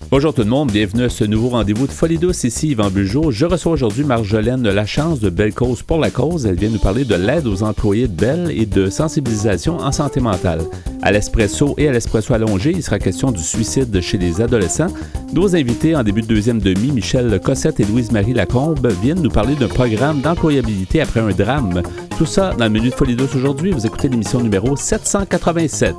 Bonjour tout le monde, bienvenue à ce nouveau rendez-vous de Folie douce, ici Yvan Bugeaud. Je reçois aujourd'hui Marjolaine Lachance de Belle Cause pour la cause. Elle vient nous parler de l'aide aux employés de Belle et de sensibilisation en santé mentale. À l'espresso et à l'espresso allongé, il sera question du suicide chez les adolescents. Nos invités en début de deuxième demi, Michel Cossette et Louise-Marie Lacombe, viennent nous parler d'un programme d'employabilité après un drame. Tout ça dans le menu de Folie douce aujourd'hui. Vous écoutez l'émission numéro 787.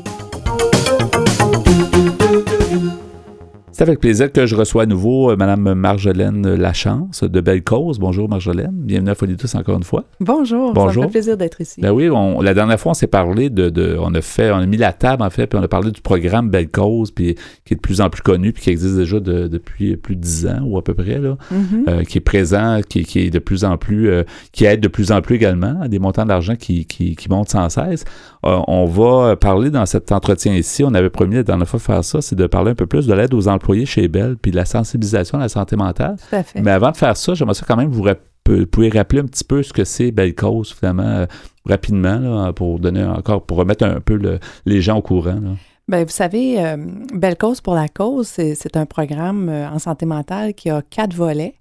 C'est avec plaisir que je reçois à nouveau Mme Marjolaine Lachance de Belle Cause. Bonjour Marjolaine, bienvenue à Folie douce encore une fois. Bonjour, ça me fait plaisir d'être ici. Ben oui, la dernière fois on s'est parlé on a mis la table en fait, puis on a parlé du programme Belle Cause, puis qui est de plus en plus connu, puis qui existe déjà depuis plus de 10 ans ou à peu près, là, qui est présent, qui est de plus en plus, qui aide de plus en plus également à des montants d'argent qui montent sans cesse. On va parler dans cet entretien ici, on avait promis la dernière fois de faire ça, c'est de parler un peu plus de l'aide aux employés chez Belle, puis de la sensibilisation à la santé mentale. Tout à fait. Mais avant de faire ça, j'aimerais ça quand même vous pouvez rappeler un petit peu ce que c'est Belle Cause, finalement, rapidement, là, pour remettre un peu les gens au courant. Là. Bien, vous savez, Belle Cause pour la cause, c'est un programme en santé mentale qui a 4 volets.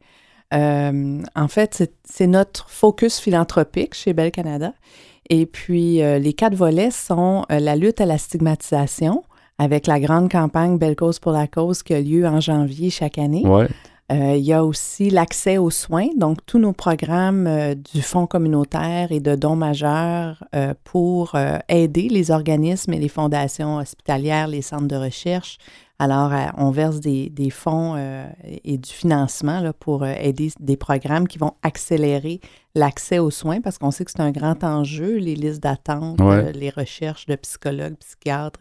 En fait, c'est notre focus philanthropique chez Belle Canada. Et puis, les 4 volets sont la lutte à la stigmatisation, avec la grande campagne Belle Cause pour la cause qui a lieu en janvier chaque année. Ouais. Il y a aussi l'accès aux soins, donc tous nos programmes du Fonds communautaire et de dons majeurs pour aider les organismes et les fondations hospitalières, les centres de recherche. Alors, on verse des fonds et du financement là, pour aider des programmes qui vont accélérer l'accès aux soins parce qu'on sait que c'est un grand enjeu, les listes d'attente, les recherches de psychologues, psychiatres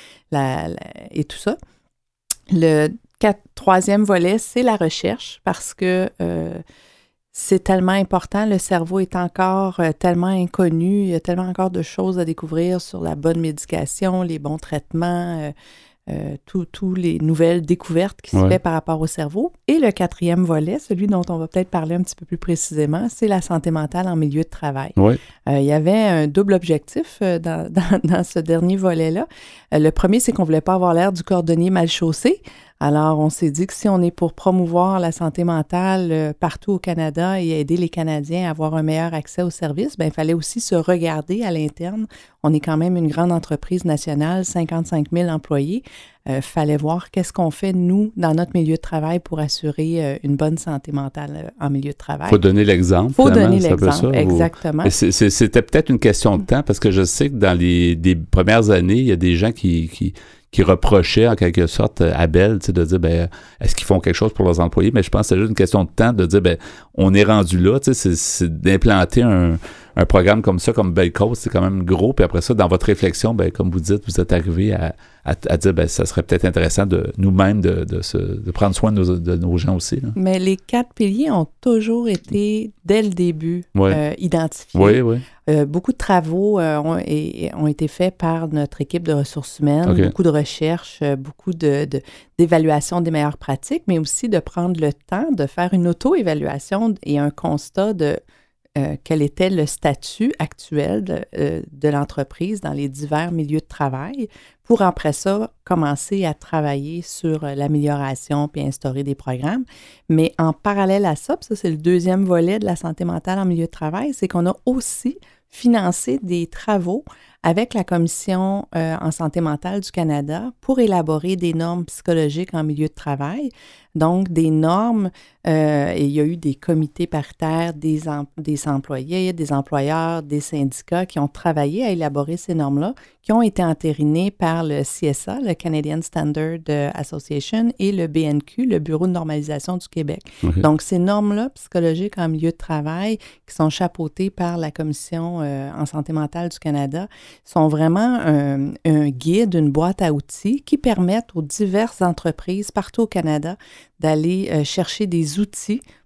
et tout ça. Le troisième volet, c'est la recherche parce que c'est tellement important. Le cerveau est encore tellement inconnu. Il y a tellement encore de choses à découvrir sur la bonne médication, les bons traitements, tous les nouvelles découvertes qui se fait par rapport au cerveau. Et le 4e volet, celui dont on va peut-être parler un petit peu plus précisément, c'est la santé mentale en milieu de travail. Ouais. Il y avait un double objectif dans ce dernier volet-là. Le premier, c'est qu'on ne voulait pas avoir l'air du cordonnier mal chaussé. Alors, on s'est dit que si on est pour promouvoir la santé mentale partout au Canada et aider les Canadiens à avoir un meilleur accès aux services, bien, il fallait aussi se regarder à l'interne. On est quand même une grande entreprise nationale, 55 000 employés. Fallait voir qu'est-ce qu'on fait, nous, dans notre milieu de travail pour assurer une bonne santé mentale en milieu de travail. Il faut donner l'exemple. Il faut donner l'exemple, exactement. C'était peut-être une question de temps, parce que je sais que dans les premières années, il y a des gens qui reprochaient en quelque sorte à Belle, de dire, est-ce qu'ils font quelque chose pour leurs employés? Mais je pense que c'est juste une question de temps de dire, on est rendu là, c'est d'implanter un programme comme ça, comme Belle Cause, c'est quand même gros. Puis après ça, dans votre réflexion, comme vous dites, vous êtes arrivé à dire, ça serait peut-être intéressant de nous-mêmes de prendre soin de nos gens aussi. Là. Mais les 4 piliers ont toujours été, dès le début, identifiés. Oui, oui. Beaucoup de travaux ont été faits par notre équipe de ressources humaines, beaucoup de recherches, beaucoup d'évaluation des meilleures pratiques, mais aussi de prendre le temps de faire une auto-évaluation et un constat de quel était le statut actuel de l'entreprise dans les divers milieux de travail pour, après ça, commencer à travailler sur l'amélioration puis instaurer des programmes. Mais en parallèle à ça, puis ça, c'est le 2e volet de la santé mentale en milieu de travail, c'est qu'on a aussi financé des travaux avec la Commission en santé mentale du Canada pour élaborer des normes psychologiques en milieu de travail. Donc, des normes, et il y a eu des comités paritaires, des employés, des employeurs, des syndicats qui ont travaillé à élaborer ces normes-là, qui ont été entérinées par le CSA, le Canadian Standard Association, et le BNQ, le Bureau de normalisation du Québec. Okay. Donc, ces normes-là psychologiques en milieu de travail, qui sont chapeautées par la Commission en santé mentale du Canada, sont vraiment un guide, une boîte à outils qui permettent aux diverses entreprises partout au Canada d'aller chercher des outils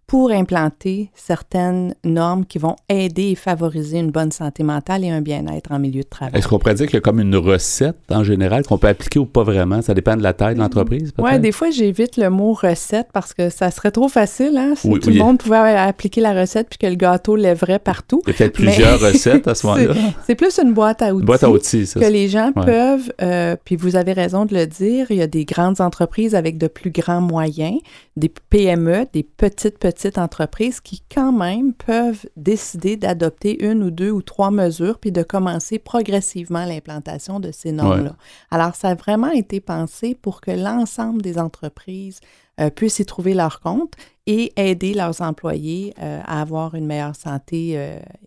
pour implanter certaines normes qui vont aider et favoriser une bonne santé mentale et un bien-être en milieu de travail. Est-ce qu'on pourrait dire qu'il y a comme une recette en général qu'on peut appliquer ou pas vraiment? Ça dépend de la taille de l'entreprise, peut-être? Oui, des fois, j'évite le mot recette parce que ça serait trop facile, hein? Si tout le monde pouvait appliquer la recette puis que le gâteau lèverait partout. Il y a peut-être plusieurs recettes à ce moment-là. C'est plus une boîte à outils. Une boîte à outils, c'est que les gens peuvent, puis vous avez raison de le dire, il y a des grandes entreprises avec de plus grands moyens, des PME, des petites entreprises qui, quand même, peuvent décider d'adopter 1 ou 2 ou 3 mesures puis de commencer progressivement l'implantation de ces normes-là. Ouais. Alors, ça a vraiment été pensé pour que l'ensemble des entreprises puissent y trouver leur compte et aider leurs employés à avoir une meilleure santé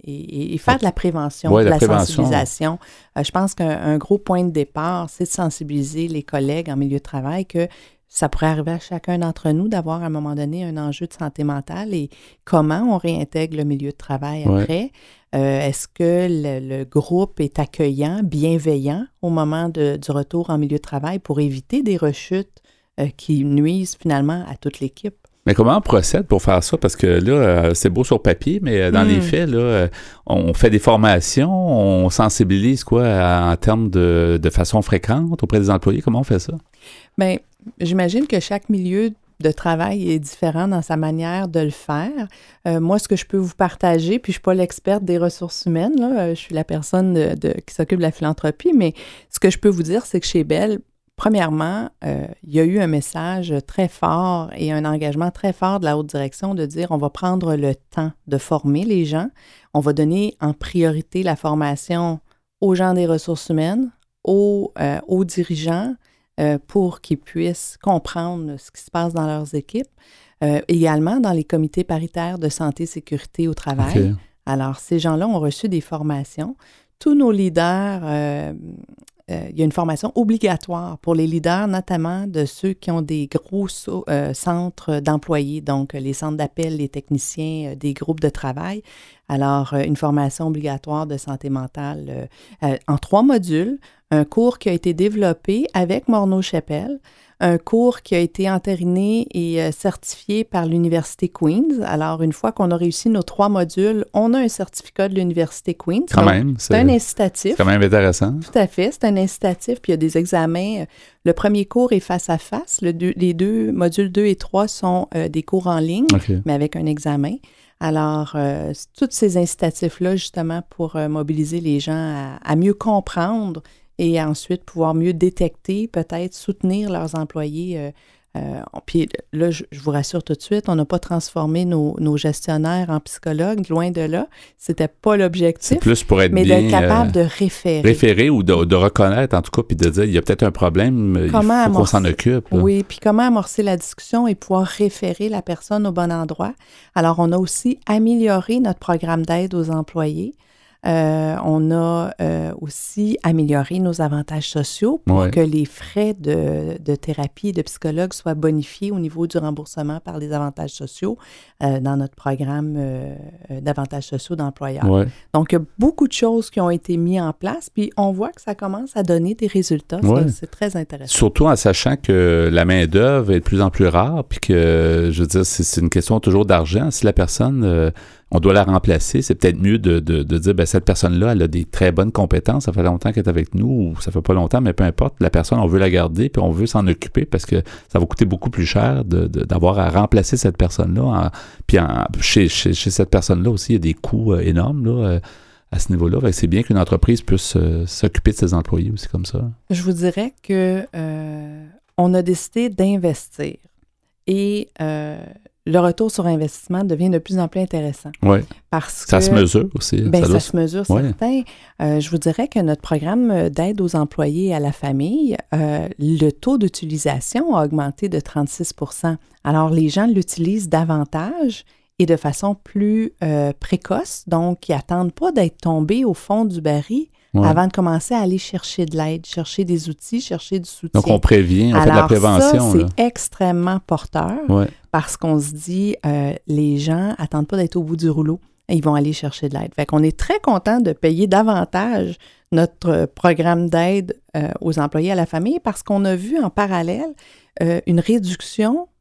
et faire de la prévention, de la sensibilisation. Je pense qu'un gros point de départ, c'est de sensibiliser les collègues en milieu de travail que ça pourrait arriver à chacun d'entre nous d'avoir à un moment donné un enjeu de santé mentale et comment on réintègre le milieu de travail après. Est-ce que le groupe est accueillant, bienveillant au moment du retour en milieu de travail pour éviter des rechutes qui nuisent finalement à toute l'équipe? Mais comment on procède pour faire ça? Parce que là, c'est beau sur papier, mais dans les faits, là, on fait des formations, on sensibilise en termes de façon fréquente auprès des employés. Comment on fait ça? Bien, j'imagine que chaque milieu de travail est différent dans sa manière de le faire. Moi, ce que je peux vous partager, puis je ne suis pas l'experte des ressources humaines, là, je suis la personne qui s'occupe de la philanthropie, mais ce que je peux vous dire, c'est que chez Bell, premièrement, il y a eu un message très fort et un engagement très fort de la haute direction de dire on va prendre le temps de former les gens, on va donner en priorité la formation aux gens des ressources humaines, aux dirigeants, pour qu'ils puissent comprendre ce qui se passe dans leurs équipes. Également dans les comités paritaires de santé et sécurité au travail. Okay. Alors, ces gens-là ont reçu des formations. Tous nos leaders... il y a une formation obligatoire pour les leaders, notamment de ceux qui ont des gros centres d'employés, donc les centres d'appel, les techniciens des groupes de travail. Alors, une formation obligatoire de santé mentale en 3 modules, un cours qui a été développé avec Morneau-Shepell, un cours qui a été entériné et certifié par l'Université Queen's. Alors, une fois qu'on a réussi nos 3 modules, on a un certificat de l'Université Queen's. Quand même. C'est un incitatif. C'est quand même intéressant. Tout à fait. C'est un incitatif. Puis, il y a des examens. Le premier cours est face à face. Les deux modules 2 et 3 sont des cours en ligne, mais avec un examen. Alors, tous ces incitatifs-là, justement, pour mobiliser les gens à mieux comprendre et ensuite pouvoir mieux détecter, peut-être soutenir leurs employés. Puis là, je vous rassure tout de suite, on n'a pas transformé nos gestionnaires en psychologues, loin de là. C'était pas l'objectif. C'est plus pour être mais bien... d'être capable de référer. Référer ou de reconnaître, en tout cas, puis de dire, il y a peut-être un problème, il faut qu'on s'en occupe. Là. Oui, puis comment amorcer la discussion et pouvoir référer la personne au bon endroit. Alors, on a aussi amélioré notre programme d'aide aux employés. On a aussi amélioré nos avantages sociaux pour que les frais de thérapie et de psychologue soient bonifiés au niveau du remboursement par les avantages sociaux dans notre programme d'avantages sociaux d'employeurs. Ouais. Donc, il y a beaucoup de choses qui ont été mises en place, puis on voit que ça commence à donner des résultats. C'est très intéressant. Surtout en sachant que la main-d'œuvre est de plus en plus rare, puis que, je veux dire, c'est une question toujours d'argent. Si la personne... on doit la remplacer, c'est peut-être mieux de dire, ben cette personne-là, elle a des très bonnes compétences, ça fait longtemps qu'elle est avec nous, ou ça fait pas longtemps, mais peu importe, la personne, on veut la garder, puis on veut s'en occuper, parce que ça va coûter beaucoup plus cher d'avoir à remplacer cette personne-là. Puis chez cette personne-là aussi, il y a des coûts énormes, là, à ce niveau-là. C'est bien qu'une entreprise puisse s'occuper de ses employés aussi comme ça. Je vous dirais que on a décidé d'investir. Et le retour sur investissement devient de plus en plus intéressant. Oui. Parce que ça se mesure aussi. Ça se mesure, certain. Je vous dirais que notre programme d'aide aux employés et à la famille, le taux d'utilisation a augmenté de 36 %. Alors, les gens l'utilisent davantage et de façon plus précoce. Donc, ils n'attendent pas d'être tombés au fond du baril avant de commencer à aller chercher de l'aide, chercher des outils, chercher du soutien. Donc, on prévient, on fait de la prévention. Ça, c'est extrêmement porteur parce qu'on se dit, les gens n'attendent pas d'être au bout du rouleau. Ils vont aller chercher de l'aide. Fait qu'on est très content de payer davantage notre programme d'aide aux employés à la famille parce qu'on a vu en parallèle une réduction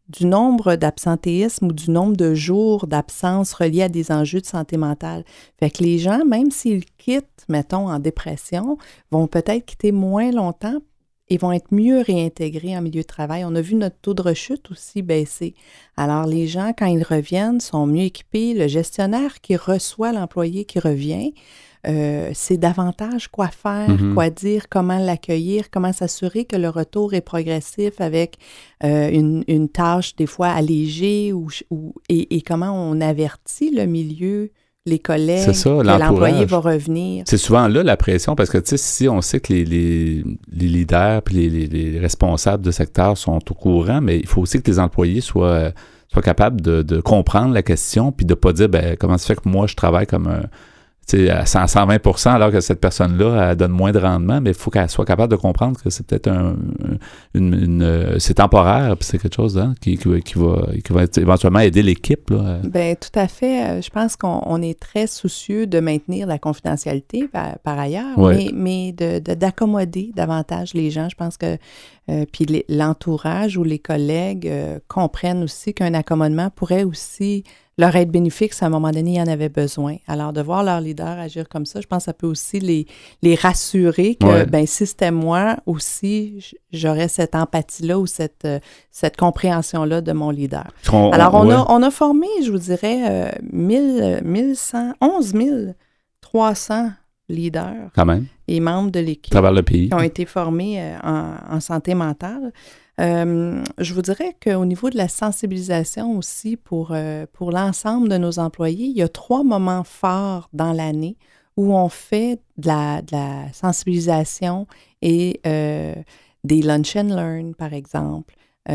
du nombre d'absentéisme ou du nombre de jours d'absence reliés à des enjeux de santé mentale. Fait que les gens, même s'ils quittent, mettons, en dépression, vont peut-être quitter moins longtemps et vont être mieux réintégrés en milieu de travail. On a vu notre taux de rechute aussi baisser. Alors, les gens, quand ils reviennent, sont mieux équipés. Le gestionnaire qui reçoit l'employé qui revient, c'est davantage quoi faire, quoi dire, comment l'accueillir, comment s'assurer que le retour est progressif avec une tâche des fois allégée et comment on avertit le milieu, les collègues, c'est ça, que l'employé va revenir. C'est souvent là la pression, parce que, tu sais, si on sait que les leaders puis les responsables de secteur sont au courant, mais il faut aussi que les employés soient capables de comprendre la question puis de pas dire, comment ça fait que moi, je travaille comme un... à 120% alors que cette personne-là, elle donne moins de rendement, mais il faut qu'elle soit capable de comprendre que c'est peut-être c'est temporaire, puis c'est quelque chose qui va éventuellement aider l'équipe. Là. Bien, tout à fait. Je pense qu'on est très soucieux de maintenir la confidentialité par ailleurs, mais d'accommoder davantage les gens. Je pense que puis l'entourage ou les collègues comprennent aussi qu'un accommodement pourrait aussi leur être bénéfique si à un moment donné, il y en avait besoin. Alors, de voir leur leader agir comme ça, je pense que ça peut aussi les rassurer que, si c'était moi aussi, j'aurais cette empathie-là ou cette compréhension-là de mon leader. Alors, on a formé, je vous dirais, 11 300 leaders quand même. Et membres de l'équipe à travers le pays. Qui ont été formés en santé mentale. Je vous dirais qu'au niveau de la sensibilisation aussi pour l'ensemble de nos employés, il y a 3 moments forts dans l'année où on fait de la sensibilisation et des lunch and learn, par exemple,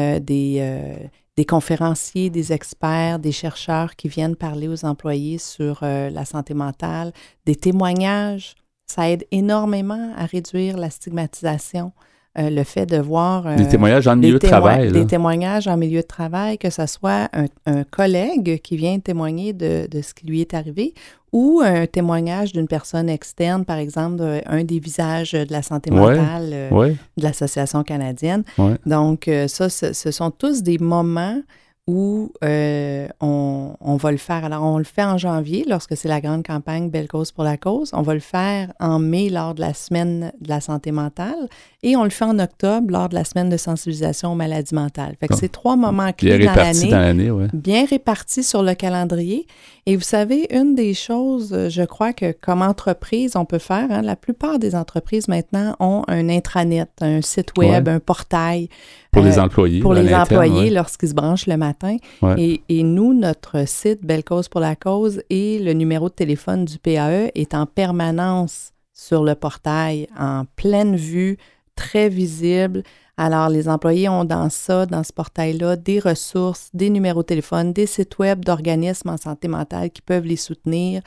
des conférenciers, des experts, des chercheurs qui viennent parler aux employés sur la santé mentale, des témoignages. Ça aide énormément à réduire la stigmatisation. Le fait de voir... des témoignages en milieu de travail. Des témoignages en milieu de travail, que ce soit un collègue qui vient témoigner de ce qui lui est arrivé ou un témoignage d'une personne externe, par exemple, un des visages de la santé mentale de l'Association canadienne. Ouais. Donc, ça, ce sont tous des moments où on va le faire. Alors, on le fait en janvier, lorsque c'est la grande campagne Belle cause pour la cause. On va le faire en mai, lors de la semaine de la santé mentale. Et on le fait en octobre, lors de la semaine de sensibilisation aux maladies mentales. Fait que c'est 3 moments clés dans l'année, bien répartis sur le calendrier. Et vous savez, une des choses, je crois que comme entreprise, on peut faire, la plupart des entreprises maintenant ont un intranet, un site web, un portail. Pour les employés. Pour les employés lorsqu'ils se branchent le matin. Ouais. Et nous, notre site Belle cause pour la cause et le numéro de téléphone du PAE est en permanence sur le portail, en pleine vue, très visible. Alors, les employés ont dans ce portail-là, des ressources, des numéros de téléphone, des sites web d'organismes en santé mentale qui peuvent les soutenir.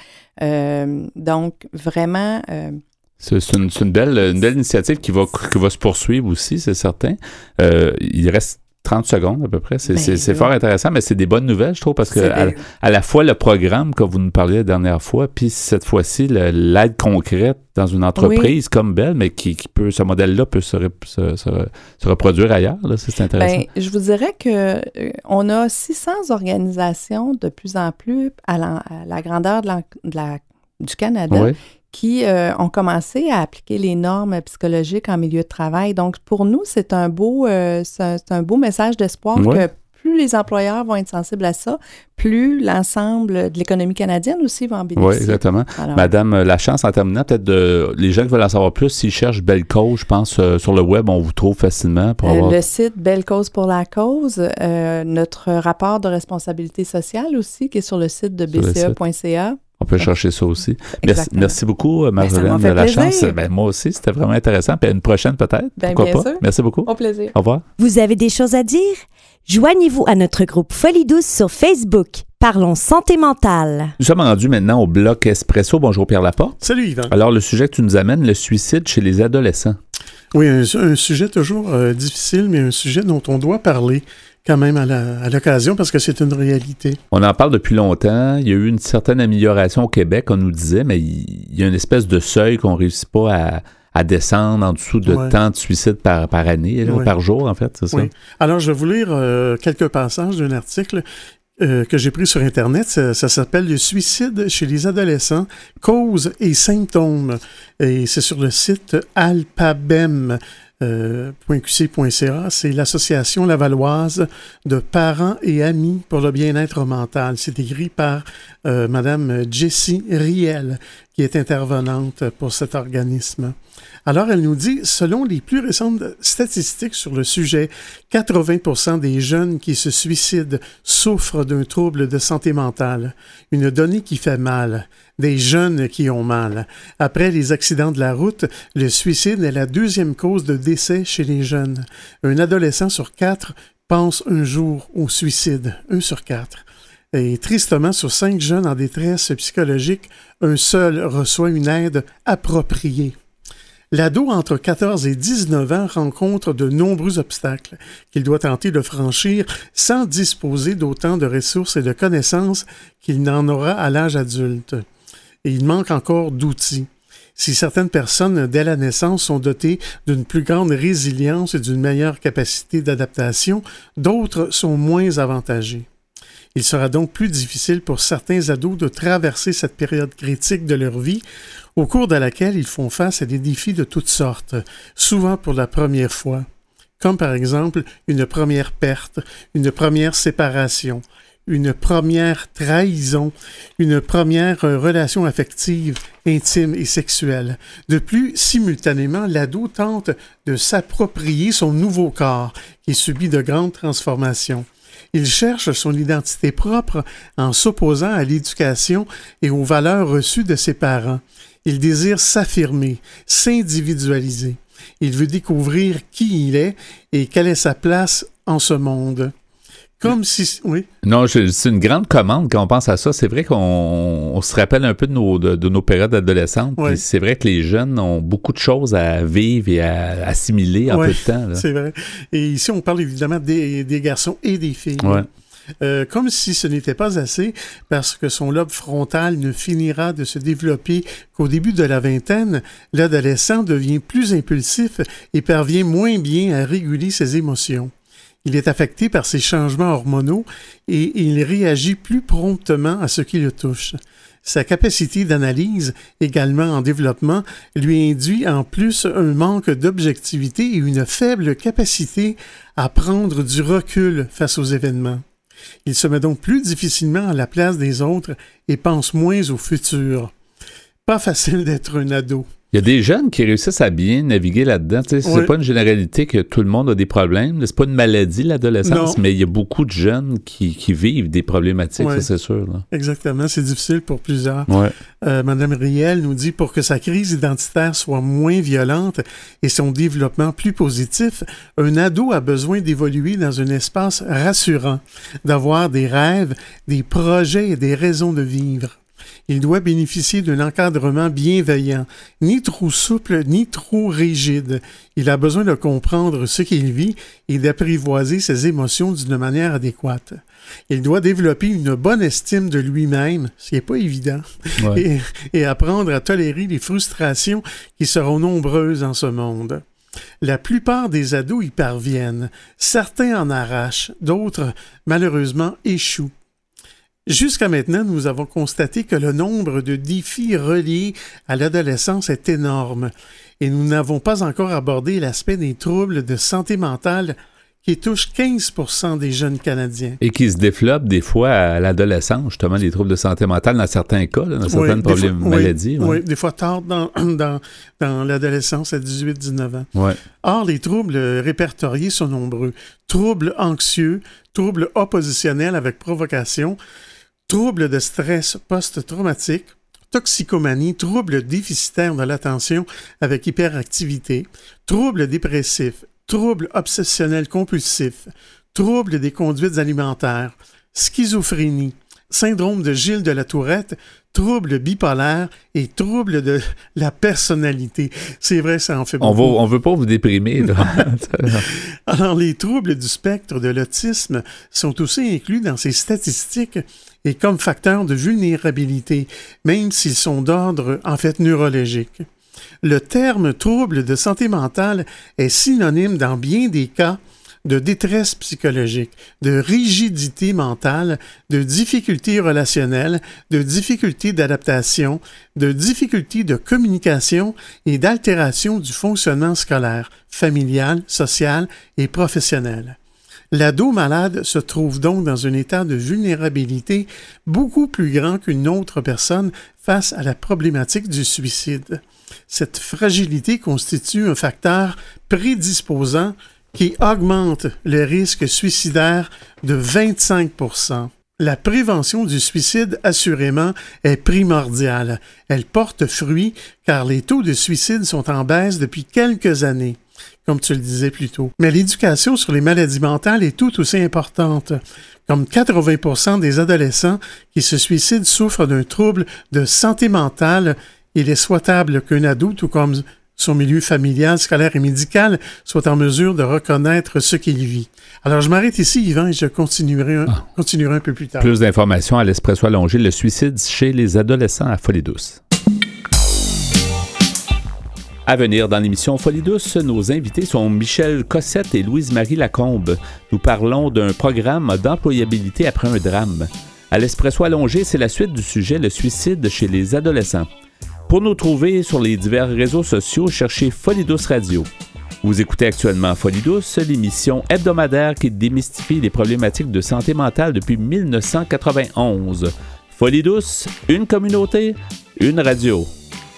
Donc, vraiment... C'est une belle initiative qui va se poursuivre aussi, c'est certain. Il reste 30 secondes à peu près. C'est fort intéressant, mais c'est des bonnes nouvelles, je trouve, parce que à la fois le programme que vous nous parliez la dernière fois, puis cette fois-ci, l'aide concrète dans une entreprise comme Belle, mais qui peut, ce modèle-là peut se reproduire ailleurs. Là, c'est intéressant. Bien, je vous dirais qu'on a 600 organisations de plus en plus à la grandeur du Canada qui ont commencé à appliquer les normes psychologiques en milieu de travail. Donc, pour nous, c'est un beau message d'espoir que plus les employeurs vont être sensibles à ça, plus l'ensemble de l'économie canadienne aussi va en bénéficier. Oui, exactement. Alors, Madame Lachance, en terminant, peut-être les gens qui veulent en savoir plus, s'ils cherchent Belle cause, je pense, sur le web, on vous trouve facilement. Le site Belle cause pour la cause, notre rapport de responsabilité sociale aussi, qui est sur le site de bce.ca. On peut chercher ça aussi. Merci beaucoup, Marjolaine Lachance. Moi aussi, c'était vraiment intéressant. Puis à une prochaine peut-être. Pourquoi pas? Sûr. Merci beaucoup. Au plaisir. Au revoir. Vous avez des choses à dire? Joignez-vous à notre groupe Folie douce sur Facebook. Parlons santé mentale. Nous sommes rendus maintenant au bloc Espresso. Bonjour Pierre Laporte. Salut Yvan. Alors, le sujet que tu nous amènes, le suicide chez les adolescents. Oui, un sujet toujours difficile, mais un sujet dont on doit parler quand même à l'occasion, parce que c'est une réalité. On en parle depuis longtemps. Il y a eu une certaine amélioration au Québec, on nous disait, mais il y a une espèce de seuil qu'on ne réussit pas à descendre en dessous de tant de suicides par année, par jour, en fait, c'est ça? Oui. Alors, je vais vous lire quelques passages d'un article que j'ai pris sur Internet. Ça s'appelle « Le suicide chez les adolescents, causes et symptômes ». Et c'est sur le site alpabem. .qc.ca, c'est l'Association lavalloise de parents et amis pour le bien-être mental. C'est écrit par Madame Jessie Riel, qui est intervenante pour cet organisme. Alors, elle nous dit, selon les plus récentes statistiques sur le sujet, 80% des jeunes qui se suicident souffrent d'un trouble de santé mentale. Une donnée qui fait mal. Des jeunes qui ont mal. Après les accidents de la route, le suicide est la deuxième cause de décès chez les jeunes. Un adolescent sur 4 pense un jour au suicide. 1 sur 4. Et tristement, sur 5 jeunes en détresse psychologique, un seul reçoit une aide appropriée. L'ado entre 14 et 19 ans rencontre de nombreux obstacles qu'il doit tenter de franchir sans disposer d'autant de ressources et de connaissances qu'il n'en aura à l'âge adulte. Et il manque encore d'outils. Si certaines personnes, dès la naissance, sont dotées d'une plus grande résilience et d'une meilleure capacité d'adaptation, d'autres sont moins avantagées. Il sera donc plus difficile pour certains ados de traverser cette période critique de leur vie, au cours de laquelle ils font face à des défis de toutes sortes, souvent pour la première fois, comme par exemple une première perte, une première séparation, une première trahison, une première relation affective, intime et sexuelle. De plus, simultanément, l'ado tente de s'approprier son nouveau corps, qui subit de grandes transformations. Il cherche son identité propre en s'opposant à l'éducation et aux valeurs reçues de ses parents. Il désire s'affirmer, s'individualiser. Il veut découvrir qui il est et quelle est sa place en ce monde. Comme si... Oui. Non, c'est une grande commande quand on pense à ça. C'est vrai qu'on se rappelle un peu de nos périodes adolescentes. Oui. C'est vrai que les jeunes ont beaucoup de choses à vivre et à assimiler en peu de temps. Là. C'est vrai. Et ici, on parle évidemment des garçons et des filles. Ouais. Comme si ce n'était pas assez, parce que son lobe frontal ne finira de se développer qu'au début de la vingtaine, l'adolescent devient plus impulsif et parvient moins bien à réguler ses émotions. Il est affecté par ces changements hormonaux et il réagit plus promptement à ce qui le touche. Sa capacité d'analyse, également en développement, lui induit en plus un manque d'objectivité et une faible capacité à prendre du recul face aux événements. Il se met donc plus difficilement à la place des autres et pense moins au futur. Pas facile d'être un ado. Il y a des jeunes qui réussissent à bien naviguer là-dedans. Tu sais, c'est pas une généralité que tout le monde a des problèmes. C'est pas une maladie, l'adolescence, mais il y a beaucoup de jeunes qui vivent des problématiques, ça c'est sûr. Là. Exactement, c'est difficile pour plusieurs. Ouais. Madame Riel nous dit, pour que sa crise identitaire soit moins violente et son développement plus positif, un ado a besoin d'évoluer dans un espace rassurant, d'avoir des rêves, des projets et des raisons de vivre. Il doit bénéficier d'un encadrement bienveillant, ni trop souple, ni trop rigide. Il a besoin de comprendre ce qu'il vit et d'apprivoiser ses émotions d'une manière adéquate. Il doit développer une bonne estime de lui-même, ce qui n'est pas évident, et apprendre à tolérer les frustrations qui seront nombreuses en ce monde. La plupart des ados y parviennent. Certains en arrachent, d'autres, malheureusement, échouent. Jusqu'à maintenant, nous avons constaté que le nombre de défis reliés à l'adolescence est énorme et nous n'avons pas encore abordé l'aspect des troubles de santé mentale qui touchent 15% des jeunes Canadiens. Et qui se développent des fois à l'adolescence, justement, les troubles de santé mentale dans certains cas, là, dans certaines maladies. Oui, des fois tard dans l'adolescence à 18-19 ans. Ouais. Or, les troubles répertoriés sont nombreux. Troubles anxieux, troubles oppositionnels avec provocation, troubles de stress post-traumatique, toxicomanie, troubles déficitaires de l'attention avec hyperactivité, troubles dépressifs, troubles obsessionnels compulsifs, troubles des conduites alimentaires, schizophrénie, syndrome de Gilles de la Tourette, troubles bipolaires et troubles de la personnalité. C'est vrai, ça en fait beaucoup. On veut pas vous déprimer. Là. Alors, les troubles du spectre de l'autisme sont aussi inclus dans ces statistiques et comme facteurs de vulnérabilité, même s'ils sont d'ordre, en fait, neurologique. Le terme trouble de santé mentale est synonyme dans bien des cas de détresse psychologique, de rigidité mentale, de difficultés relationnelles, de difficultés d'adaptation, de difficultés de communication et d'altération du fonctionnement scolaire, familial, social et professionnel. L'ado malade se trouve donc dans un état de vulnérabilité beaucoup plus grand qu'une autre personne face à la problématique du suicide. Cette fragilité constitue un facteur prédisposant qui augmente le risque suicidaire de 25%. La prévention du suicide, assurément, est primordiale. Elle porte fruit car les taux de suicide sont en baisse depuis quelques années, comme tu le disais plus tôt. Mais l'éducation sur les maladies mentales est tout aussi importante. Comme 80% des adolescents qui se suicident souffrent d'un trouble de santé mentale, il est souhaitable qu'un ado, tout comme son milieu familial, scolaire et médical, soit en mesure de reconnaître ce qu'il vit. Alors, je m'arrête ici, Yvan, et je continuerai un peu plus tard. Plus d'informations à l'Espresso allongé, le suicide chez les adolescents à Folie-Douce. À venir dans l'émission Folie Douce, nos invités sont Michel Cossette et Louise-Marie Lacombe. Nous parlons d'un programme d'employabilité après un drame. À l'Espresso allongé, c'est la suite du sujet, le suicide chez les adolescents. Pour nous trouver sur les divers réseaux sociaux, cherchez Folie Douce Radio. Vous écoutez actuellement Folie Douce, l'émission hebdomadaire qui démystifie les problématiques de santé mentale depuis 1991. Folie Douce, une communauté, une radio.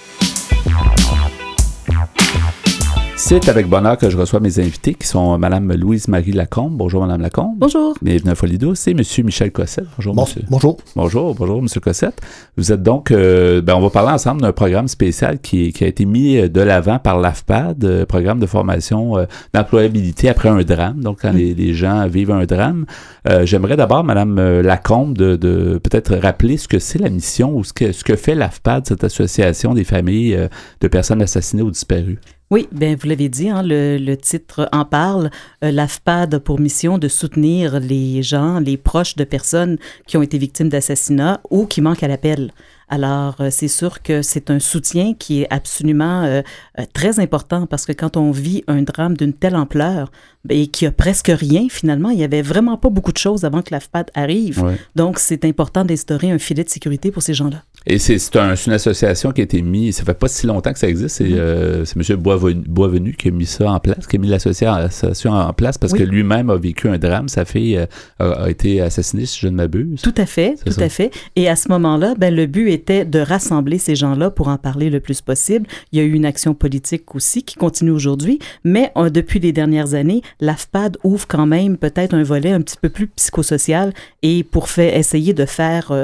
C'est avec bonheur que je reçois mes invités qui sont Mme Louise-Marie Lacombe. Bonjour, Mme Lacombe. Bonjour. Bienvenue à Folie Douce. Et M. Michel Cossette. Bonjour, monsieur. Bonjour. Bonjour, M. Cossette. Vous êtes donc, on va parler ensemble d'un programme spécial qui a été mis de l'avant par l'AFPAD, programme de formation d'employabilité après un drame. Donc, quand les gens vivent un drame. J'aimerais d'abord, Mme Lacombe, de peut-être rappeler ce que c'est la mission ou ce que fait l'AFPAD, cette association des familles de personnes assassinées ou disparues. Oui, bien, vous l'avez dit, hein, le titre en parle. L'AFPAD a pour mission de soutenir les gens, les proches de personnes qui ont été victimes d'assassinats ou qui manquent à l'appel. Alors, c'est sûr que c'est un soutien qui est absolument très important parce que quand on vit un drame d'une telle ampleur et qu'il n'y a presque rien, finalement, il n'y avait vraiment pas beaucoup de choses avant que l'AFPAD arrive. Ouais. Donc, c'est important d'instaurer un filet de sécurité pour ces gens-là. Et c'est une association qui a été mise, ça fait pas si longtemps que ça existe, c'est M. Boisvenu qui a mis ça en place, qui a mis l'association en place parce que lui-même a vécu un drame. Sa fille a été assassinée, si je ne m'abuse. Tout à fait. Et à ce moment-là, le but était de rassembler ces gens-là pour en parler le plus possible. Il y a eu une action politique aussi qui continue aujourd'hui, mais depuis les dernières années, l'AFPAD ouvre quand même peut-être un volet un petit peu plus psychosocial et pour essayer de faire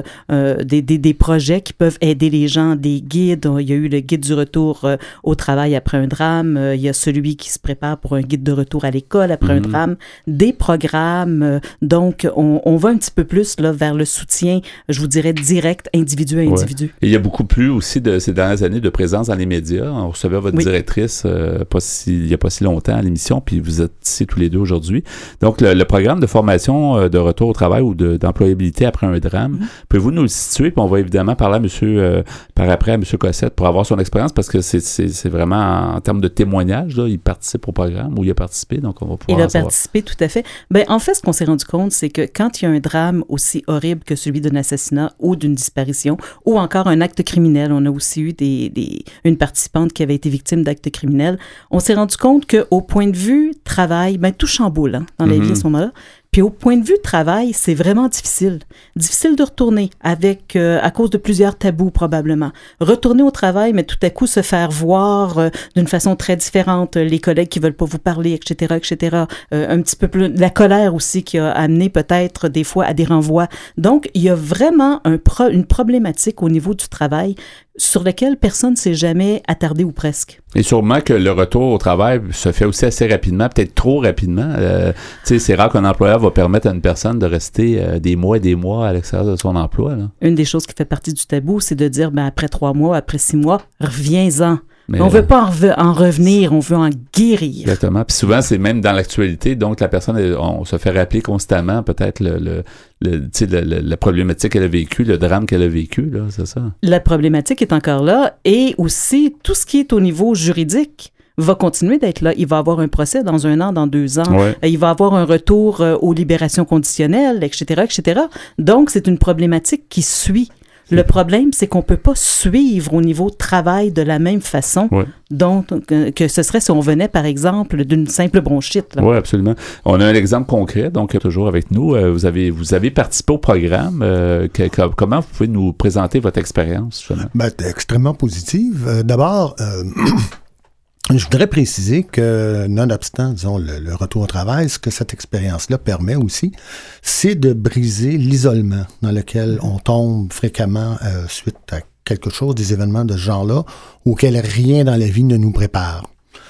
des projets qui peuvent aider les gens, des guides. Il y a eu le guide du retour au travail après un drame. Il y a celui qui se prépare pour un guide de retour à l'école après un drame. Des programmes. Donc, on va un petit peu plus là, vers le soutien, je vous dirais, direct, individu à individu. Et il y a beaucoup plus aussi ces dernières années de présence dans les médias. On recevait votre directrice il n'y a pas si longtemps à l'émission, puis vous êtes ici tous les deux aujourd'hui. Donc, le programme de formation de retour au travail ou d'employabilité après un drame, pouvez-vous nous le situer? Puis on va évidemment parler par après à M. Cossette pour avoir son expérience parce que c'est vraiment en termes de témoignage, là, il participe au programme ou il a participé, donc on va pouvoir Il a participé, tout à fait. En fait, ce qu'on s'est rendu compte, c'est que quand il y a un drame aussi horrible que celui d'un assassinat ou d'une disparition ou encore un acte criminel, on a aussi eu une participante qui avait été victime d'actes criminels, on s'est rendu compte qu'au point de vue travail, tout chamboule dans la vie à ce moment-là. Puis au point de vue travail, c'est vraiment difficile. Difficile de retourner à cause de plusieurs tabous probablement. Retourner au travail, mais tout à coup se faire voir d'une façon très différente, les collègues qui veulent pas vous parler, etc., etc. Un petit peu plus la colère aussi qui a amené peut-être des fois à des renvois. Donc il y a vraiment une problématique au niveau du travail sur laquelle personne ne s'est jamais attardé ou presque. Et sûrement que le retour au travail se fait aussi assez rapidement, peut-être trop rapidement. C'est rare qu'un employeur va permettre à une personne de rester des mois et des mois à l'extérieur de son emploi. Là. Une des choses qui fait partie du tabou, c'est de dire, après 3 mois, après 6 mois, reviens-en. Mais on ne veut pas en revenir, on veut en guérir. Exactement. Puis souvent, c'est même dans l'actualité, donc la personne, on se fait rappeler constamment peut-être la problématique qu'elle a vécue, le drame qu'elle a vécu, là, c'est ça? La problématique est encore là et aussi tout ce qui est au niveau juridique va continuer d'être là. Il va y avoir un procès dans 1 an, dans 2 ans. Ouais. Il va y avoir un retour aux libérations conditionnelles, etc., etc. Donc, c'est une problématique qui suit. Le problème, c'est qu'on ne peut pas suivre au niveau travail de la même façon que ce serait si on venait, par exemple, d'une simple bronchite. Oui, absolument. On a un exemple concret, donc toujours avec nous. Vous avez participé au programme. Comment vous pouvez nous présenter votre expérience, justement? Extrêmement positive. D'abord, je voudrais préciser que, nonobstant, disons, le retour au travail, ce que cette expérience-là permet aussi, c'est de briser l'isolement dans lequel on tombe fréquemment suite à quelque chose, des événements de ce genre-là, auxquels rien dans la vie ne nous prépare.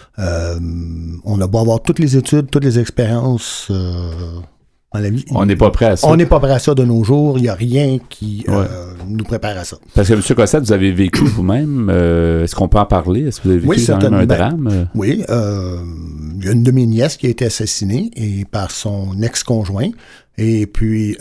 On a beau avoir toutes les études, toutes les expériences dans la vie. On n'est pas prêt à ça. On n'est pas prêt à ça de nos jours. Il n'y a rien qui nous prépare à ça. Parce que, M. Cossette, vous avez vécu vous-même. Est-ce qu'on peut en parler? Est-ce que vous avez vécu quand même un drame? Oui. Il y a une de mes nièces qui a été assassinée par son ex-conjoint. Et puis,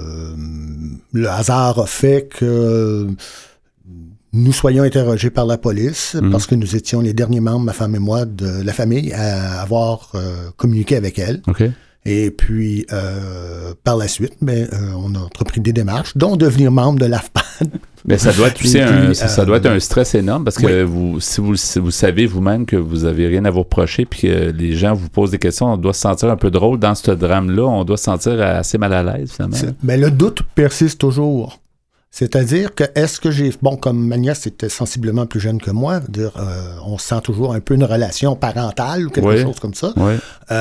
le hasard a fait que nous soyons interrogés par la police parce que nous étions les derniers membres, ma femme et moi, de la famille à avoir communiqué avec elle. OK. Et puis, par la suite, on a entrepris des démarches, dont devenir membre de l'AFPAD. Mais ça doit être aussi ça doit être un stress énorme parce que si vous savez vous-même que vous n'avez rien à vous reprocher puis que les gens vous posent des questions, on doit se sentir un peu drôle dans ce drame-là. On doit se sentir assez mal à l'aise, finalement. Mais le doute persiste toujours. C'est-à-dire que est-ce que comme ma nièce était sensiblement plus jeune que moi, on sent toujours un peu une relation parentale ou quelque chose comme ça. Oui.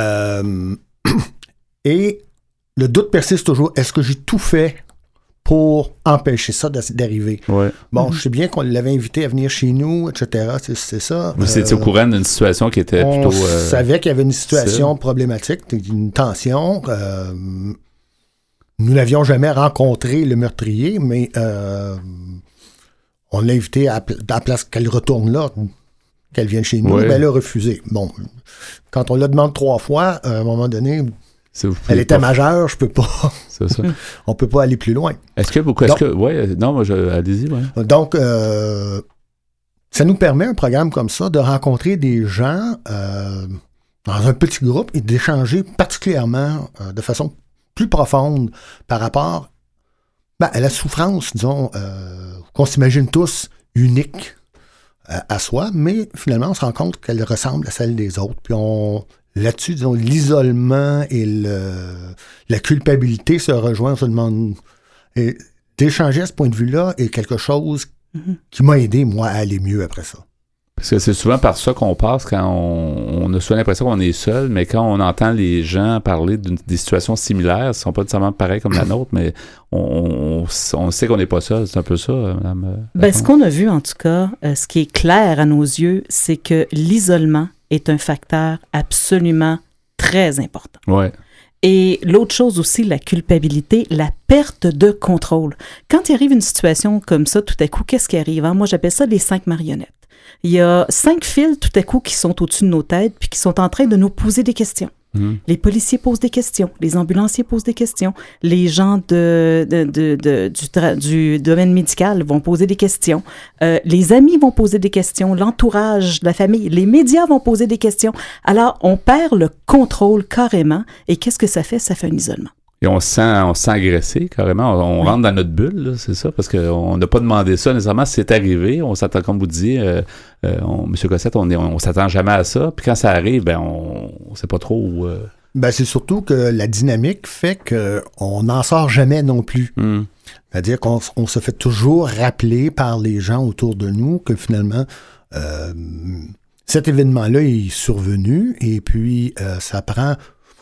Et le doute persiste toujours. Est-ce que j'ai tout fait pour empêcher ça d'arriver? Ouais. Bon, je sais bien qu'on l'avait invité à venir chez nous, etc. C'est ça. Vous étiez au courant d'une situation qui était plutôt... On savait qu'il y avait une situation problématique, une tension. Nous n'avions jamais rencontré le meurtrier, mais on l'a invité à la place qu'elle retourne là, qu'elle vienne chez nous. Elle a refusé. Bon, quand on la demande 3 fois, à un moment donné... Elle était majeure, je peux pas. C'est ça. On peut pas aller plus loin. Allez-y. Ouais. Donc, ça nous permet, un programme comme ça, de rencontrer des gens dans un petit groupe et d'échanger particulièrement de façon plus profonde par rapport à la souffrance, disons, qu'on s'imagine tous unique à soi, mais finalement, on se rend compte qu'elle ressemble à celle des autres. Puis là-dessus, disons, l'isolement et la culpabilité se rejoignent. On se demande... Et d'échanger à ce point de vue-là est quelque chose qui m'a aidé, moi, à aller mieux après ça. Parce que c'est souvent par ça qu'on passe quand on a souvent l'impression qu'on est seul, mais quand on entend les gens parler des situations similaires, elles ne sont pas nécessairement pareilles comme la nôtre, mais on sait qu'on n'est pas seul. C'est un peu ça, Mme. Ce qu'on a vu, en tout cas, ce qui est clair à nos yeux, c'est que l'isolement est un facteur absolument très important. Ouais. Et l'autre chose aussi, la culpabilité, la perte de contrôle. Quand il arrive une situation comme ça, tout à coup, qu'est-ce qui arrive? Moi, j'appelle ça les 5 marionnettes. Il y a 5 fils, tout à coup, qui sont au-dessus de nos têtes puis qui sont en train de nous poser des questions. Les policiers posent des questions, les ambulanciers posent des questions, les gens du domaine médical vont poser des questions, les amis vont poser des questions, l'entourage, la famille, les médias vont poser des questions. Alors, on perd le contrôle carrément. Et qu'est-ce que ça fait? Ça fait un isolement. Et on se sent agressé, carrément. On rentre dans notre bulle, là, c'est ça, parce qu'on n'a pas demandé ça nécessairement. C'est arrivé, on s'attend, comme vous disiez, M. Cossette, on s'attend jamais à ça. Puis quand ça arrive, on ne sait pas trop où... c'est surtout que la dynamique fait qu'on n'en sort jamais non plus. C'est-à-dire qu'on se fait toujours rappeler par les gens autour de nous que finalement, cet événement-là est survenu et puis ça prend...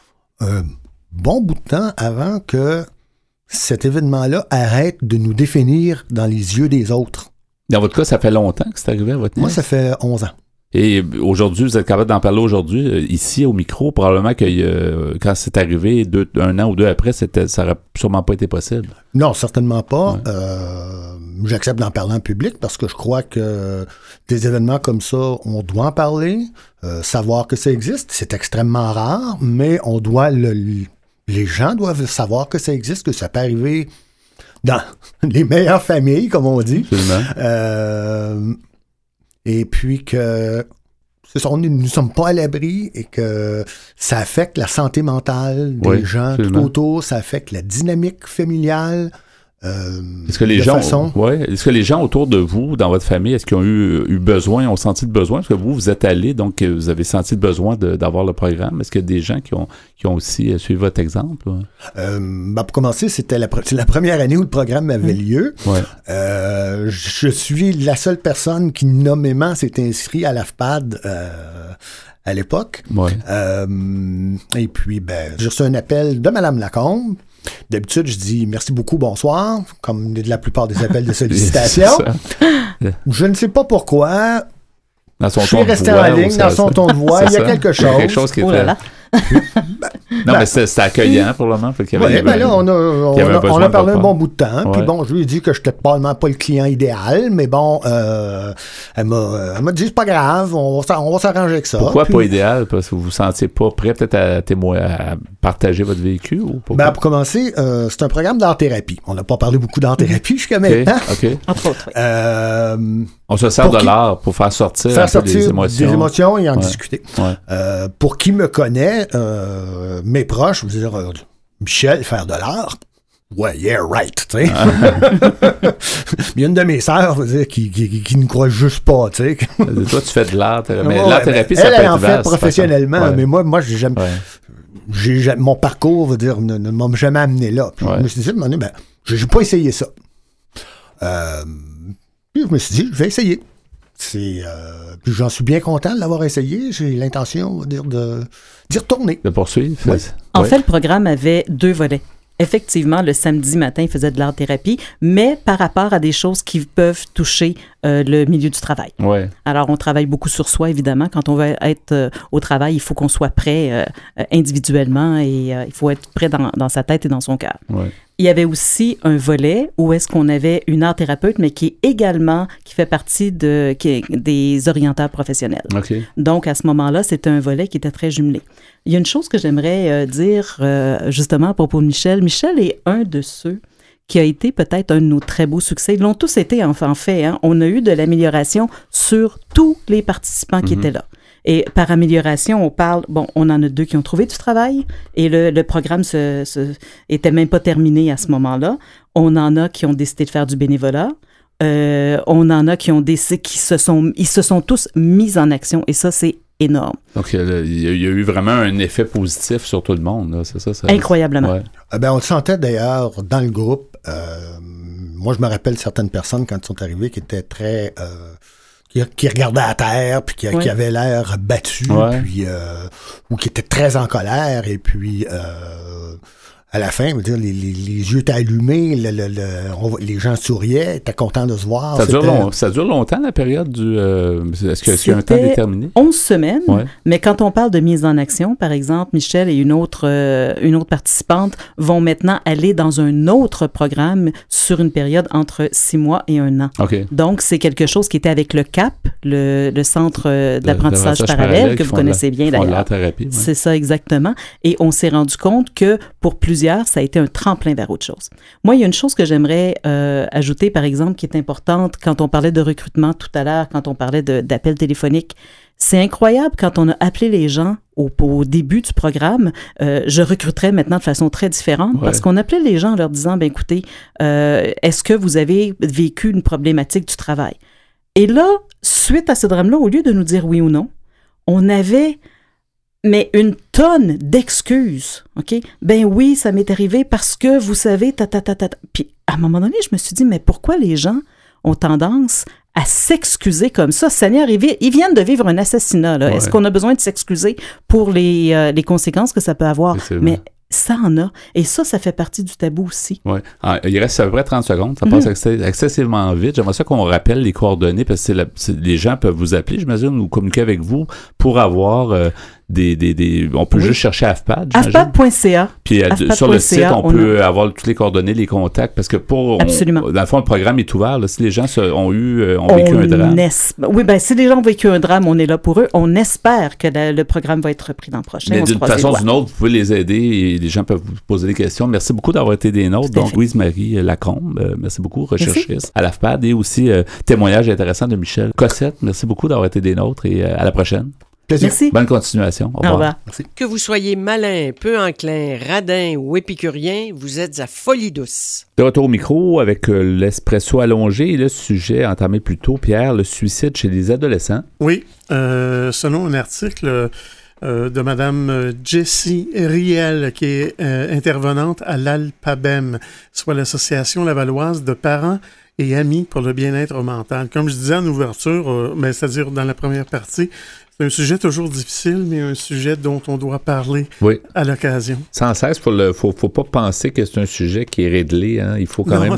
bon bout de temps avant que cet événement-là arrête de nous définir dans les yeux des autres. Dans votre cas, ça fait longtemps que c'est arrivé à votre nièce? Moi, ça fait 11 ans. Et aujourd'hui, vous êtes capable d'en parler aujourd'hui, ici au micro, probablement que quand c'est arrivé, 1 an ou 2 après, ça n'aurait sûrement pas été possible. Non, certainement pas. Ouais. J'accepte d'en parler en public parce que je crois que des événements comme ça, on doit en parler, savoir que ça existe. C'est extrêmement rare, mais on doit les gens doivent savoir que ça existe, que ça peut arriver dans les meilleures familles, comme on dit. Absolument. Et puis que nous ne sommes pas à l'abri et que ça affecte la santé mentale des gens tout autour, ça affecte la dynamique familiale. Est-ce que les gens autour de vous, dans votre famille, est-ce qu'ils ont eu besoin, ont senti le besoin? Parce que vous êtes allé, donc vous avez senti le besoin d'avoir le programme. Est-ce qu'il y a des gens qui ont aussi suivi votre exemple? Pour commencer, c'est la première année où le programme avait lieu. Ouais. Je suis la seule personne qui nommément s'est inscrite à l'AFPAD à l'époque. Ouais. Et puis, j'ai reçu un appel de Mme Lacombe. D'habitude, je dis merci beaucoup, bonsoir, comme la plupart des appels de sollicitation. Je ne sais pas pourquoi. Je suis resté en ligne dans son ton de voix. Il y a quelque chose. Quelque chose qui est fait. Non, mais c'était accueillant pour le moment. Là, on a parlé un bon bout de temps. Puis bon, je lui ai dit que je n'étais probablement pas le client idéal, mais bon, elle m'a dit c'est pas grave, on va s'arranger avec ça. Pourquoi pas idéal? Parce que vous vous sentiez pas prêt peut-être à partager votre vécu? Ou pour commencer, c'est un programme d'art-thérapie. On n'a pas parlé beaucoup d'art-thérapie jusqu'à maintenant. OK. Entre autres, oui. On se sert de l'art pour faire sortir des émotions et en discuter. Ouais. Pour qui me connaît, mes proches, je veux dire, Michel, faire de l'art? Ouais, yeah, right, tu sais. Il y a une de mes sœurs, qui ne croit juste pas, tu sais. Toi, tu fais de l'art, mais l'art-thérapie, ça peut être elle en fait professionnellement, mais moi, j'ai jamais... mon parcours, veut dire, ne m'a jamais amené là. Puis je me suis dit, à un moment donné, j'ai pas essayé ça. Puis je me suis dit, je vais essayer. Puis j'en suis bien content de l'avoir essayé. J'ai l'intention, d'y retourner. De poursuivre. Oui. En fait, le programme avait 2 volets. Effectivement, le samedi matin, il faisait de l'art-thérapie, mais par rapport à des choses qui peuvent toucher le milieu du travail. Ouais. Alors, on travaille beaucoup sur soi, évidemment. Quand on veut être au travail, il faut qu'on soit prêt individuellement et il faut être prêt dans sa tête et dans son cœur. Ouais. Il y avait aussi un volet où est-ce qu'on avait une art-thérapeute, mais qui fait partie des orienteurs professionnels. Okay. Donc, à ce moment-là, c'était un volet qui était très jumelé. Il y a une chose que j'aimerais dire justement à propos de Michel. Michel est un de ceux qui a été peut-être un de nos très beaux succès. Ils l'ont tous été, en fait. Hein? On a eu de l'amélioration sur tous les participants qui étaient là. Et par amélioration, on parle, on en a 2 qui ont trouvé du travail et le programme était même pas terminé à ce moment-là. On en a qui ont décidé de faire du bénévolat. On en a qui ont décidé, ils se sont tous mis en action et ça, c'est énorme. Donc, il y a eu vraiment un effet positif sur tout le monde, là, c'est ça? Incroyablement. Ouais. On le sentait d'ailleurs dans le groupe. Moi, je me rappelle certaines personnes, quand ils sont arrivés, qui étaient très... qui regardaient à terre, puis qui avaient l'air battus, puis, ou qui étaient très en colère, et puis... à la fin, les yeux étaient allumés, les gens souriaient, étaient contents de se voir. Ça dure longtemps, la période du... Est-ce qu'il y a un temps déterminé? 11 semaines, mais quand on parle de mise en action, par exemple, Michel et une autre participante vont maintenant aller dans un autre programme sur une période entre 6 mois et 1 an. Okay. Donc, c'est quelque chose qui était avec le CAP, le Centre d'apprentissage parallèle, que vous connaissez bien d'ailleurs. L'art-thérapie, C'est ça, exactement. Et on s'est rendu compte que pour plusieurs, ça a été un tremplin vers autre chose. Moi, il y a une chose que j'aimerais ajouter, par exemple, qui est importante quand on parlait de recrutement tout à l'heure, quand on parlait d'appels téléphoniques. C'est incroyable quand on a appelé les gens au début du programme. Je recruterais maintenant de façon très différente parce qu'on appelait les gens en leur disant, écoutez, est-ce que vous avez vécu une problématique du travail? Et là, suite à ce drame-là, au lieu de nous dire oui ou non, on avait... mais une tonne d'excuses, OK? Ben oui, ça m'est arrivé parce que, vous savez, Puis, à un moment donné, je me suis dit, mais pourquoi les gens ont tendance à s'excuser comme ça? Seigneur, ils viennent de vivre un assassinat, là. Est-ce qu'on a besoin de s'excuser pour les conséquences que ça peut avoir? Mais ça en a. Et ça fait partie du tabou aussi. Oui. Il reste à peu près 30 secondes. Ça passe excessivement vite. J'aimerais ça qu'on rappelle les coordonnées parce que les gens peuvent vous appeler, j'imagine, ou communiquer avec vous pour avoir on peut juste chercher AFPAD. AFPAD.ca. Puis sur le site, on peut avoir toutes les coordonnées, les contacts, parce que Absolument. Dans le fond, le programme est ouvert. Là, si les gens ont vécu un drame. Oui, bien, si les gens ont vécu un drame, on est là pour eux. On espère que le programme va être repris l'an prochain. Mais d'une façon ou d'une autre, vous pouvez les aider et les gens peuvent vous poser des questions. Merci beaucoup d'avoir été des nôtres. Donc, Louise-Marie Lacombe, merci beaucoup, recherchiste à l'AFPAD, et aussi témoignage intéressant de Michel Cossette. Merci beaucoup d'avoir été des nôtres et à la prochaine. Merci. Bonne continuation. Au revoir. Merci. Que vous soyez malin, peu enclin, radin ou épicurien, vous êtes à Folie douce. De retour au micro avec l'espresso allongé et le sujet entamé plus tôt, Pierre, le suicide chez les adolescents. Oui, selon un article de Mme Jessie Riel, qui est intervenante à l'ALPABEM, soit l'Association lavalloise de parents et amis pour le bien-être mental. Comme je disais en ouverture, c'est-à-dire dans la première partie, c'est un sujet toujours difficile, mais un sujet dont on doit parler à l'occasion. Sans cesse, faut pas penser que c'est un sujet qui est réglé. Hein. Il faut quand même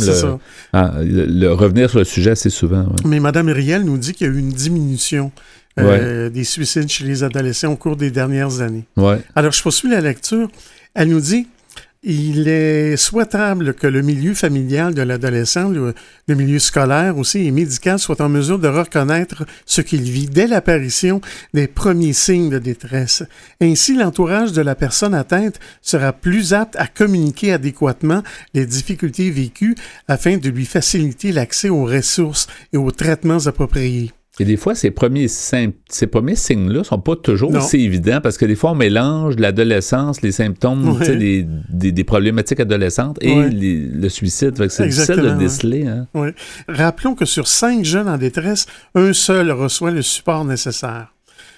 revenir sur le sujet assez souvent. Ouais. Mais Mme Riel nous dit qu'il y a eu une diminution des suicides chez les adolescents au cours des dernières années. Ouais. Alors, je poursuis la lecture. Elle nous dit: il est souhaitable que le milieu familial de l'adolescent, le milieu scolaire aussi et médical, soit en mesure de reconnaître ce qu'il vit dès l'apparition des premiers signes de détresse. Ainsi, l'entourage de la personne atteinte sera plus apte à communiquer adéquatement les difficultés vécues afin de lui faciliter l'accès aux ressources et aux traitements appropriés. Et des fois, ces premiers signes-là sont pas toujours aussi évidents parce que des fois, on mélange l'adolescence, les symptômes, des problématiques adolescentes et le suicide. Fait que c'est difficile de déceler. Hein? Oui. Rappelons que sur 5 jeunes en détresse, un seul reçoit le support nécessaire.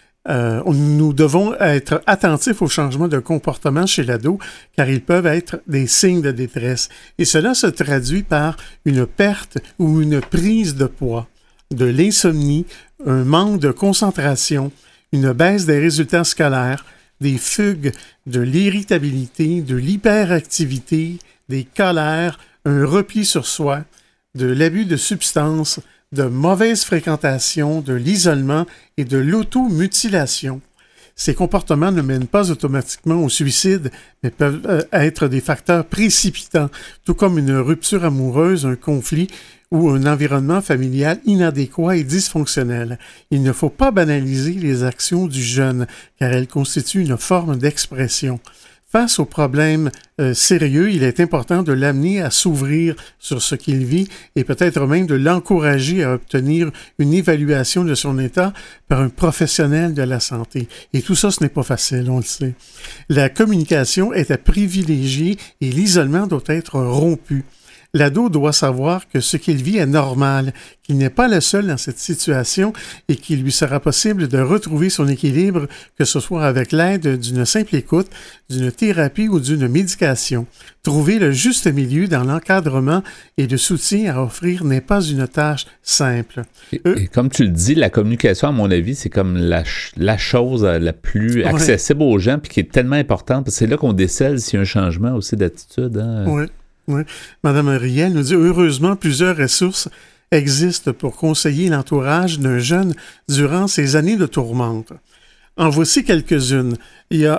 Nous devons être attentifs aux changements de comportement chez l'ado, car ils peuvent être des signes de détresse. Et cela se traduit par une perte ou une prise de poids, de l'insomnie, un manque de concentration, une baisse des résultats scolaires, des fugues, de l'irritabilité, de l'hyperactivité, des colères, un repli sur soi, de l'abus de substances, de mauvaise fréquentation, de l'isolement et de l'automutilation. Ces comportements ne mènent pas automatiquement au suicide, mais peuvent être des facteurs précipitants, tout comme une rupture amoureuse, un conflit ou un environnement familial inadéquat et dysfonctionnel. Il ne faut pas banaliser les actions du jeune, car elles constituent une forme d'expression. Face aux problèmes sérieux, il est important de l'amener à s'ouvrir sur ce qu'il vit et peut-être même de l'encourager à obtenir une évaluation de son état par un professionnel de la santé. Et tout ça, ce n'est pas facile, on le sait. La communication est à privilégier et l'isolement doit être rompu. L'ado doit savoir que ce qu'il vit est normal, qu'il n'est pas le seul dans cette situation et qu'il lui sera possible de retrouver son équilibre, que ce soit avec l'aide d'une simple écoute, d'une thérapie ou d'une médication. Trouver le juste milieu dans l'encadrement et le soutien à offrir n'est pas une tâche simple. Et comme tu le dis, la communication, à mon avis, c'est comme la chose la plus accessible aux gens puis qui est tellement importante, parce que c'est là qu'on décèle s'il y a un changement aussi d'attitude. Hein? Oui. Oui. Mme Riel nous dit: heureusement, plusieurs ressources existent pour conseiller l'entourage d'un jeune durant ces années de tourmente. En voici quelques-unes. Il y a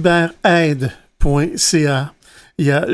cyberaide.ca. Il y a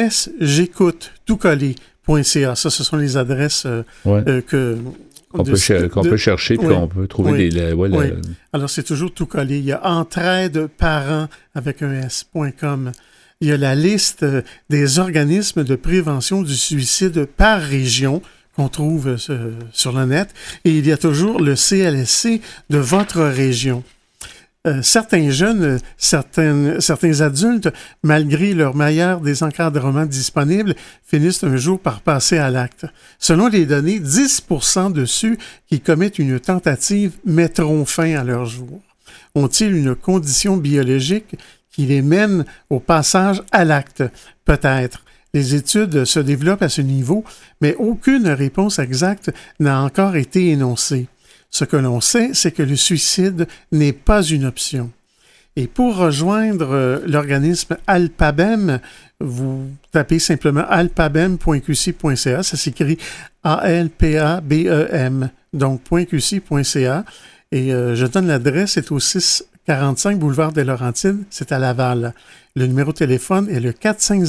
jeunessejécoute.ca. Ça, ce sont les adresses qu'on peut chercher puis qu'on peut trouver Alors, c'est toujours tout collé. Il y a entraideparents avec un s.com. Il y a la liste des organismes de prévention du suicide par région qu'on trouve sur le net. Et il y a toujours le CLSC de votre région. Certains jeunes, certains adultes, malgré leur meilleur désencadrement disponible, finissent un jour par passer à l'acte. Selon les données, 10% de ceux qui commettent une tentative mettront fin à leur jour. Ont-ils une condition biologique qui les mène au passage à l'acte? Peut-être. Les études se développent à ce niveau, mais aucune réponse exacte n'a encore été énoncée. Ce que l'on sait, c'est que le suicide n'est pas une option. Et pour rejoindre l'organisme Alpabem, vous tapez simplement alpabem.qc.ca. Ça s'écrit ALPABEM, donc .qc.ca. Et je donne l'adresse, c'est au 645 boulevard des Laurentides, c'est à Laval. Le numéro de téléphone est le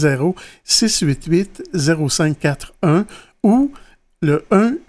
450-688-0541 ou le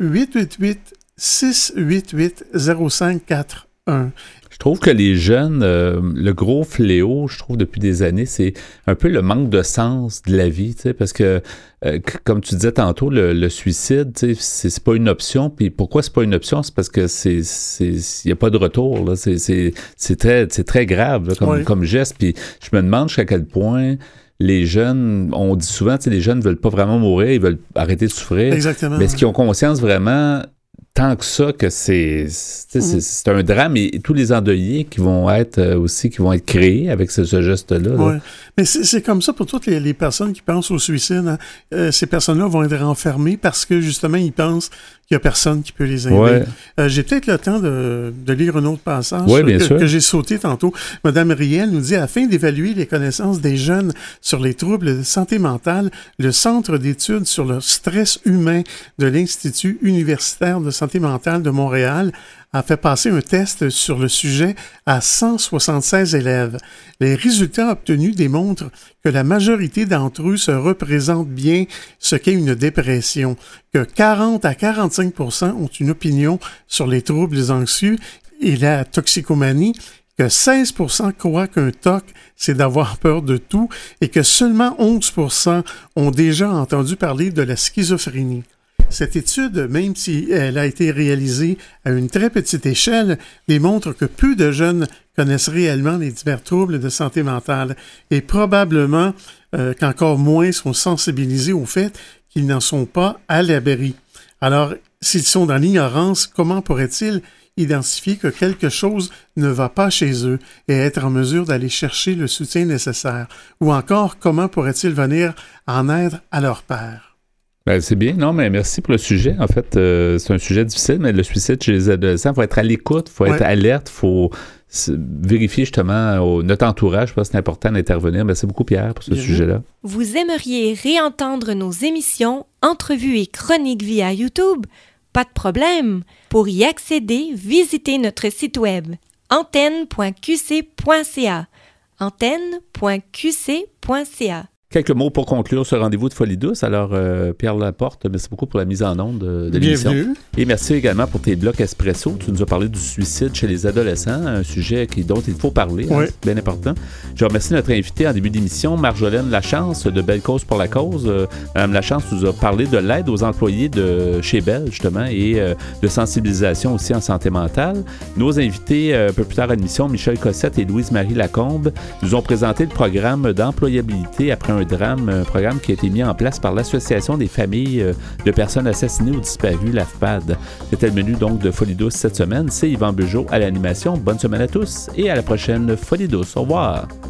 1-888-688-0541. Je trouve que les jeunes, le gros fléau, je trouve, depuis des années, c'est un peu le manque de sens de la vie, tu sais, parce que, comme tu disais tantôt, le suicide, tu sais, c'est pas une option. Puis pourquoi c'est pas une option? C'est parce que il y a pas de retour, là. C'est très grave, là, comme geste. Puis je me demande jusqu'à quel point les jeunes, on dit souvent, tu sais, les jeunes ne veulent pas vraiment mourir, ils veulent arrêter de souffrir. Exactement. Mais est-ce qu'ils ont conscience vraiment tant que ça que c'est un drame, et tous les endeuillés qui vont être créés avec ce geste-là. Oui, mais c'est comme ça pour toutes les personnes qui pensent au suicide. Hein. Ces personnes-là vont être renfermées parce que justement, ils pensent qu'il n'y a personne qui peut les aider. Ouais. J'ai peut-être le temps de lire un autre passage que j'ai sauté tantôt. Madame Riel nous dit, afin d'évaluer les connaissances des jeunes sur les troubles de santé mentale, le Centre d'études sur le stress humain de l'Institut universitaire de santé mentale de Montréal a fait passer un test sur le sujet à 176 élèves. Les résultats obtenus démontrent que la majorité d'entre eux se représentent bien ce qu'est une dépression, que 40 à 45% ont une opinion sur les troubles anxieux et la toxicomanie, que 16% croient qu'un TOC, c'est d'avoir peur de tout, et que seulement 11% ont déjà entendu parler de la schizophrénie. Cette étude, même si elle a été réalisée à une très petite échelle, démontre que peu de jeunes connaissent réellement les divers troubles de santé mentale et probablement qu'encore moins sont sensibilisés au fait qu'ils n'en sont pas à l'abri. Alors, s'ils sont dans l'ignorance, comment pourraient-ils identifier que quelque chose ne va pas chez eux et être en mesure d'aller chercher le soutien nécessaire? Ou encore, comment pourraient-ils venir en aide à leur père? Ben, c'est bien, non, mais merci pour le sujet. En fait, c'est un sujet difficile, mais le suicide chez les adolescents, il faut être à l'écoute, il faut être alerte, il faut vérifier justement notre entourage. Je pense que c'est important d'intervenir. Merci beaucoup, Pierre, pour ce sujet-là. Vous aimeriez réentendre nos émissions, entrevues et chroniques via YouTube? Pas de problème. Pour y accéder, visitez notre site web antenne.qc.ca. antenne.qc.ca. Quelques mots pour conclure ce rendez-vous de Folie douce. Alors, Pierre Laporte, merci beaucoup pour la mise en onde de l'émission. Bienvenue. Et merci également pour tes blocs espresso. Tu nous as parlé du suicide chez les adolescents, un sujet dont il faut parler, c'est bien important. Je remercie notre invitée en début d'émission, Marjolaine Lachance de Belle Cause pour la cause. Madame Lachance nous a parlé de l'aide aux employés de chez Belle, justement, et de sensibilisation aussi en santé mentale. Nos invités, un peu plus tard à l'émission, Michel Cossette et Louise-Marie Lacombe, nous ont présenté le programme d'employabilité après un programme qui a été mis en place par l'Association des familles de personnes assassinées ou disparues, l'AFPAD. C'était le menu donc de Folie douce cette semaine. C'est Yvan Bugeaud à l'animation. Bonne semaine à tous et à la prochaine Folie douce. Au revoir.